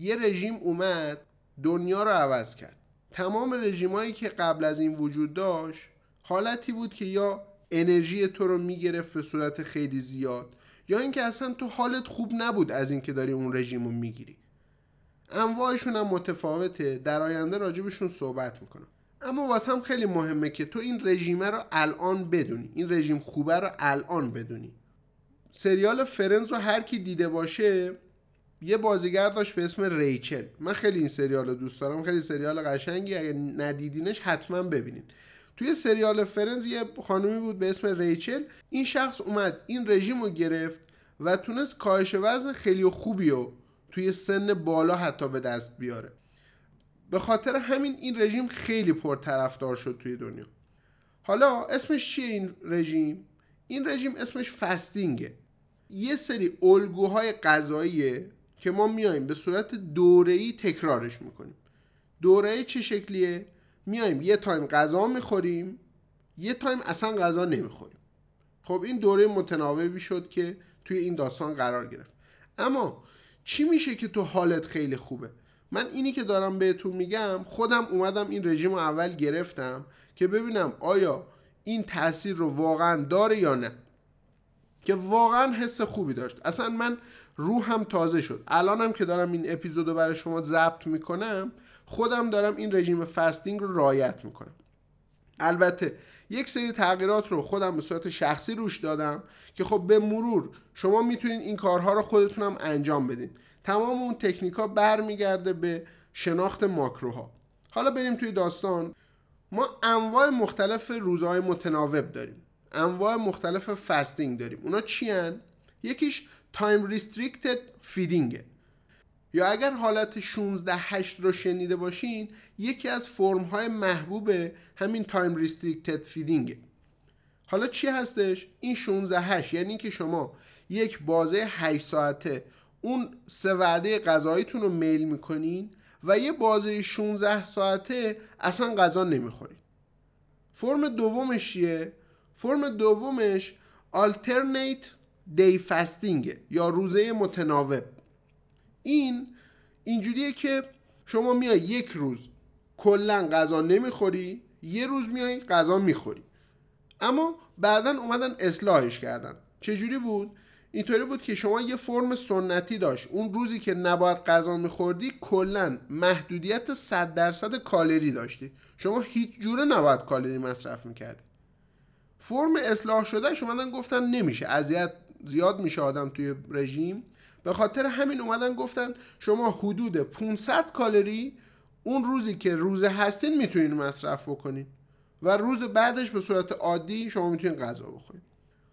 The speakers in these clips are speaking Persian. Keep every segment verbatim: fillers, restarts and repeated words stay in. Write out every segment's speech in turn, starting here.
یه رژیم اومد دنیا رو عوض کرد. تمام رژیمایی که قبل از این وجود داشت حالتی بود که یا انرژی تو رو میگرفت به صورت خیلی زیاد، یا اینکه اصلا تو حالت خوب نبود از اینکه داری اون رژیم رو میگیری. انواعشون هم متفاوته، در آینده راجبشون صحبت میکنم. اما واسم خیلی مهمه که تو این رژیمه رو الان بدونی، این رژیم خوبه رو الان بدونی. سریال فرندز رو هر کی دیده باشه، یه بازیگر داشت به اسم ریچل. من خیلی این سریال رو دوست دارم، خیلی سریال قشنگی، اگه ندیدینش حتما ببینین. توی سریال فرندز یه خانومی بود به اسم ریچل. این شخص اومد این رژیم رو گرفت و تونست کاهش وزن خیلی خوبی رو توی سن بالا حتی به دست بیاره. به خاطر همین این رژیم خیلی پرطرفدار شد توی دنیا. حالا اسمش چیه این رژیم؟ این رژیم اسمش فستینگه. یه سری الگوهای غذاییه که ما میایم به صورت دوره‌ای تکرارش میکنیم. دوره چه شکلیه؟ میایم یه تایم غذا میخوریم، یه تایم اصلا غذا نمیخوریم. خب این دوره متناوبی شد که توی این داستان قرار گرفت. اما چی میشه که تو حالت خیلی خوبه؟ من اینی که دارم بهتون میگم، خودم اومدم این رژیم رو اول گرفتم که ببینم آیا این تأثیر رو واقعا داره یا نه، که واقعا حس خوبی داشت. اصلا من روحم تازه شد. الانم که دارم این اپیزودو برای شما ضبط میکنم، خودم دارم این رژیم فستینگ رو رعایت میکنم. البته یک سری تغییرات رو خودم به صورت شخصی روش دادم که خب به مرور شما میتونین این کارها رو خودتونم انجام بدین. تمام اون تکنیکا برمیگرده به شناخت ماکروها. حالا بریم توی داستان. ما انواع مختلف روزهای متناوب داریم، انواع مختلف فستینگ داریم. اونا چی هن؟ یکیش تایم ریستریکتد فیدینگه، یا اگر حالت شانزده هشت رو شنیده باشین، یکی از فرم‌های محبوب همین تایم ریستریکتد فیدینگه. حالا چی هستش؟ این شانزده هشت یعنی که شما یک بازه هشت ساعته اون سه وعده غذاییتون رو میل میکنین و یه بازه شانزده ساعته اصلا غذا نمیخورین. فرم دومش چیه؟ فرم دومش alternate day fasting یا روزه متناوب. این اینجوریه که شما میای یک روز کلا غذا نمیخوری، یه روز میای غذا میخوری. اما بعدن اومدن اصلاحش کردن. چجوری بود؟ اینطوری بود که شما یه فرم سنتی داشت، اون روزی که نباید غذا میخوردی کلا محدودیت صد درصد کالری داشتی، شما هیچ جوره نباید کالری مصرف میکردی. فرم اصلاح شدهش اومدن گفتن نمیشه، اذیت زیاد میشه آدم توی رژیم، به خاطر همین اومدن گفتن شما حدود پانصد کالری اون روزی که روزه هستین میتونین مصرف بکنین و روز بعدش به صورت عادی شما میتونین غذا بخورین.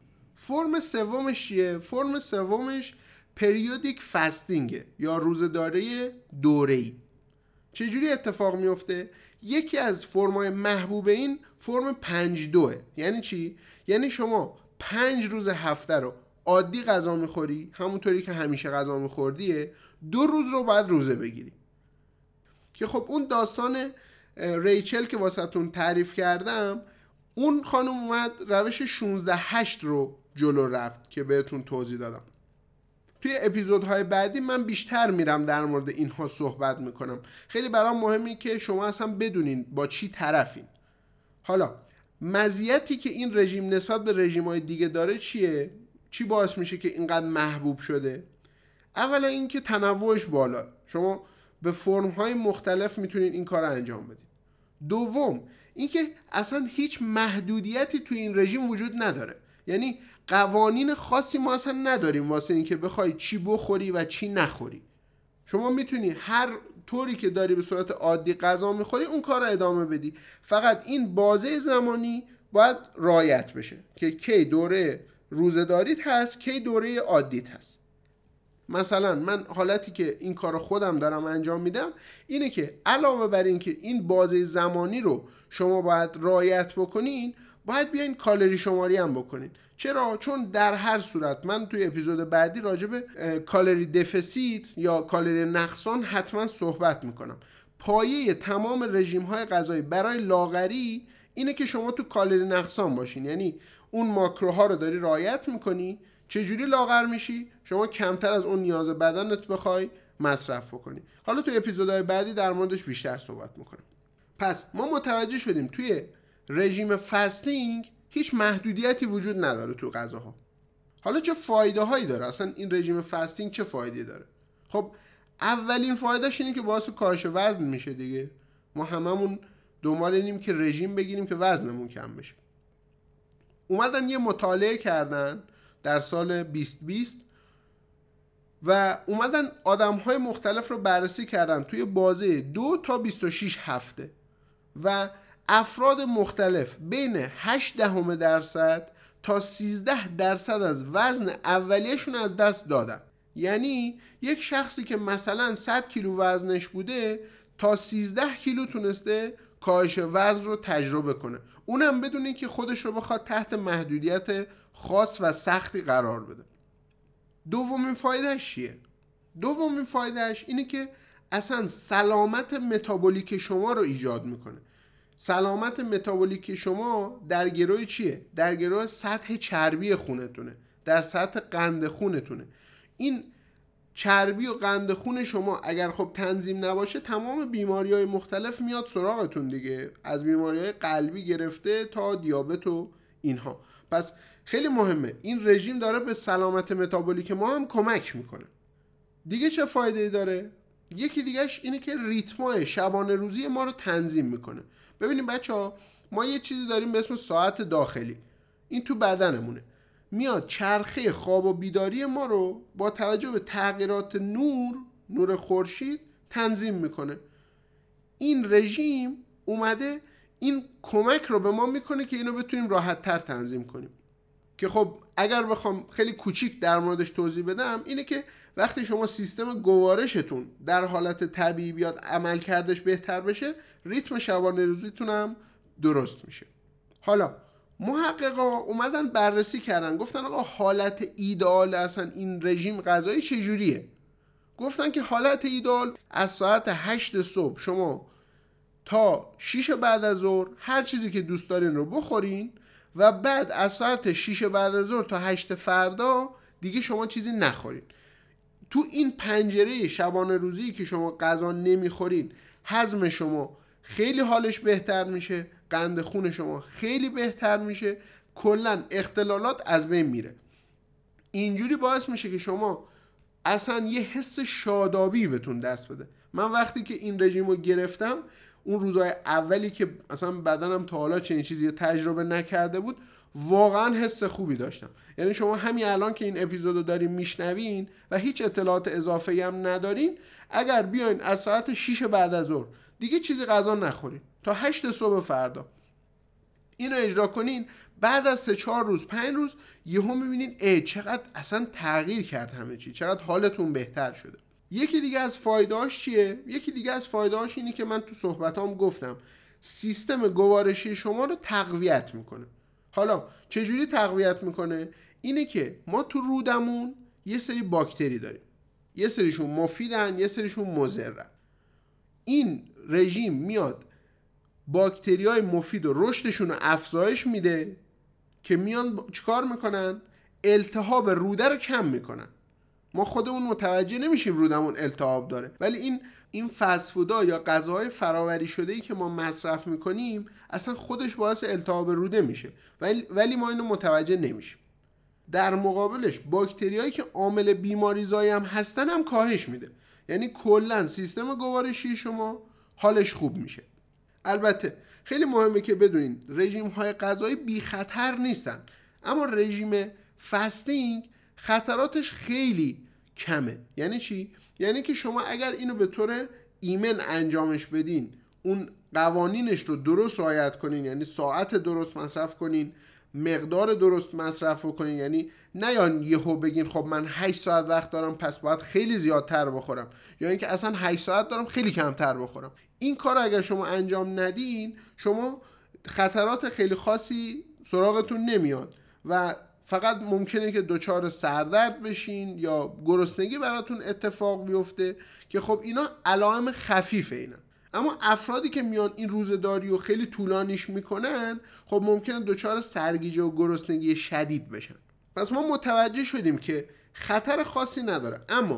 فرم سومش چیه؟ فرم سومش پریودیک فستینگه یا روزه‌داری دوره‌ای. چجوری اتفاق میفته؟ یکی از فرم‌های محبوب این فرم پنج دوه. یعنی چی؟ یعنی شما پنج روز هفته رو عادی غذا میخوری، همونطوری که همیشه غذا میخوردیه، دو روز رو باید روزه بگیری. که خب اون داستان ریچل که واسهتون تعریف کردم، اون خانم اومد روش شانزده هشت رو جلو رفت که بهتون توضیح دادم. توی اپیزودهای بعدی من بیشتر میرم در مورد اینها صحبت میکنم. خیلی برام مهمه که شما اصلا بدونین با چی طرفین. حالا مزیتی که این رژیم نسبت به رژیم‌های دیگه داره چیه؟ چی باعث میشه که اینقدر محبوب شده؟ اولا اینکه تنوعش بالا، شما به فرم‌های مختلف میتونین این کار رو انجام بدین. دوم اینکه اصلا هیچ محدودیتی توی این رژیم وجود نداره، یعنی قوانین خاصی ما اصلا نداریم واسه اینکه بخوای چی بخوری و چی نخوری. شما میتونی هر طوری که داری به صورت عادی غذا میخوری اون کار رو ادامه بدی، فقط این بازه زمانی باید رعایت بشه که کی دوره روزه‌داریت هست، کی دوره عادیت هست. مثلا من حالتی که این کار خودم دارم انجام میدم اینه که علاوه بر این که این بازه زمانی رو شما باید رعایت بکنین، باید بیاین کالری شماری هم بکنین. چرا؟ چون در هر صورت من توی اپیزود بعدی راجع به کالری دفیسیت یا کالری نقصان حتما صحبت میکنم. پایه تمام رژیم‌های غذایی برای لاغری اینه که شما تو کالری نقصان باشین، یعنی اون ماکروها رو داری رعایت میکنی. چجوری لاغر میشی؟ شما کمتر از اون نیاز بدنت بخوای مصرف بکنی. حالا توی اپیزودهای بعدی در موردش بیشتر صحبت میکنم. پس ما متوجه شدیم توی رژیم فستینگ هیچ محدودیتی وجود نداره تو غذاها. حالا چه فایده هایی داره؟ اصلا این رژیم فستینگ چه فایده داره؟ خب اولین فایدهش اینه که باعث کاهش وزن میشه دیگه. ما هممون دنبال اینیم که رژیم بگیریم که وزنمون کم بشه. اومدن یه مطالعه کردن در سال بیست بیست و اومدن آدم‌های مختلف رو بررسی کردن توی بازه دو تا بیست و شش هفته و افراد مختلف بین هشت دهم درصد تا سیزده درصد از وزن اولیه‌شون از دست دادن. یعنی یک شخصی که مثلا صد کیلو وزنش بوده تا سیزده کیلو تونسته کاهش وزن رو تجربه کنه، اونم بدون اینکه خودش رو بخواد تحت محدودیت خاص و سختی قرار بده. دومین فایدهش چیه؟ دومین فایدهش اینه که اصلا سلامت متابولیک شما رو ایجاد میکنه. سلامت متابولیک شما در گروه چیه؟ در گروه سطح چربی خونتونه، در سطح قند خونتونه. این چربی و قند خون شما اگر خب تنظیم نباشه تمام بیماری‌های مختلف میاد سراغتون دیگه، از بیماری‌های قلبی گرفته تا دیابت و اینها. پس خیلی مهمه، این رژیم داره به سلامت متابولیک ما هم کمک میکنه. دیگه چه فایده داره؟ یکی دیگهش اینه که ریتمای شبانه روزی ما رو تنظیم میکنه. ببینیم بچه‌ها، ما یه چیزی داریم به اسم ساعت داخلی، این تو بدنمونه، میاد چرخه خواب و بیداری ما رو با توجه به تغییرات نور نور خورشید تنظیم میکنه. این رژیم اومده این کمک رو به ما میکنه که اینو بتونیم راحت تر تنظیم کنیم. که خب اگر بخوام خیلی کوچیک در موردش توضیح بدم اینه که وقتی شما سیستم گوارشتون در حالت طبیعی بیاد عمل کردش بهتر بشه، ریتم شبانه روزیتون هم درست میشه. حالا محققا اومدن بررسی کردن، گفتن آقا حالت ایدئال اصلا این رژیم غذایی چجوریه؟ گفتن که حالت ایدئال از ساعت هشت صبح شما تا شش بعد از ظهر هر چیزی که دوست دارین رو بخورین و بعد از ساعت شش بعد از ظهر تا هشت فردا دیگه شما چیزی نخورین. تو این پنجره شبانه روزی که شما غذا نمیخورین، هضم شما خیلی حالش بهتر میشه، قند خون شما خیلی بهتر میشه، کلا اختلالات از بین میره. اینجوری باعث میشه که شما اصلا یه حس شادابی بهتون دست بده. من وقتی که این رژیم رو گرفتم، اون روزهای اولی که اصلا بدنم تا حالا چنین چیزی تجربه نکرده بود، واقعا حس خوبی داشتم. یعنی شما همین الان که این اپیزودو دارین میشنوین و هیچ اطلاعات اضافه‌ای هم ندارین، اگر بیاین از ساعت شش بعد از ظهر دیگه چیزی غذا نخورین تا هشت صبح فردا، اینو اجرا کنین، بعد از سه چهار روز پنج روز یهو میبینین ای چقدر اصلا تغییر کرد همه چی، چقدر حالتون بهتر شده. یکی دیگه از فایدهاش چیه؟ یکی دیگه از فایدهاش اینه که من تو صحبتام گفتم سیستم گوارشی شما رو تقویت میکنه. حالا چجوری تقویت میکنه؟ اینه که ما تو رودمون یه سری باکتری داریم، یه سریشون مفیدن، یه سریشون مضرن. این رژیم میاد باکتریای مفید و رشدشون رو افزایش میده که میان چیکار میکنن؟ التهاب روده رو کم میکنن. ما خودمون متوجه نمیشیم رودمون التهاب داره، ولی این این فست فودا یا غذاهای فراوری شده‌ای که ما مصرف میکنیم اصلا خودش باعث التهاب روده میشه، ولی ولی ما اینو متوجه نمیشیم. در مقابلش باکتریایی که عامل بیماریزایی هم هستن هم کاهش میده. یعنی کلا سیستم گوارشی شما حالش خوب میشه. البته خیلی مهمه که بدونین رژیم های غذایی بی خطر نیستن، اما رژیم فستینگ خطراتش خیلی کمه. یعنی چی؟ یعنی که شما اگر اینو به طور ایمن انجامش بدین، اون قوانینش رو درست رعایت کنین، یعنی ساعت درست مصرف کنین، مقدار درست مصرف کنین، یعنی نیان یهو بگین خب من هشت ساعت وقت دارم پس باید خیلی زیادتر بخورم، یا اینکه اصلا هشت ساعت دارم خیلی کمتر بخورم. این کار اگر شما انجام ندین، شما خطرات خیلی خاصی سراغتون نمیاد و فقط ممکنه که دچار سردرد بشین یا گرسنگی براتون اتفاق بیفته که خب اینا علائم خفیفه اینا. اما افرادی که میان این روزه‌داری رو خیلی طولانیش میکنن، خب ممکنه دچار سرگیجه و گرسنگی شدید بشن. پس ما متوجه شدیم که خطر خاصی نداره، اما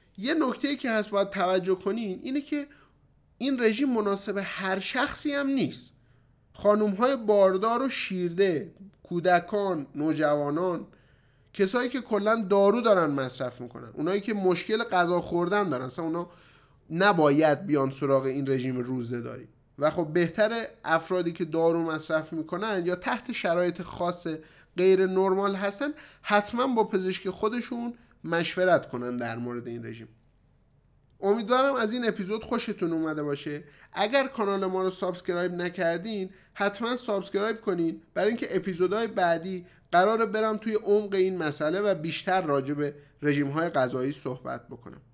یه نکته‌ای که هست باید توجه کنین اینه که این رژیم مناسب هر شخصی هم نیست. خانوم‌های باردار و شیرده، کودکان، نوجوانان، کسایی که کلا دارو دارن مصرف میکنن، اونایی که مشکل غذا خوردن دارن، اصلا اونا نباید بیان سراغ این رژیم روزه‌داری. و خب بهتره افرادی که دارو مصرف میکنن یا تحت شرایط خاص غیر نرمال هستن حتما با پزشک خودشون مشورت کنن در مورد این رژیم. امیدوارم از این اپیزود خوشتون اومده باشه. اگر کانال ما رو سابسکرایب نکردین حتما سابسکرایب کنین، برای اینکه اپیزودهای بعدی قراره برم توی عمق این مسئله و بیشتر راجع به رژیم‌های غذایی صحبت بکنم.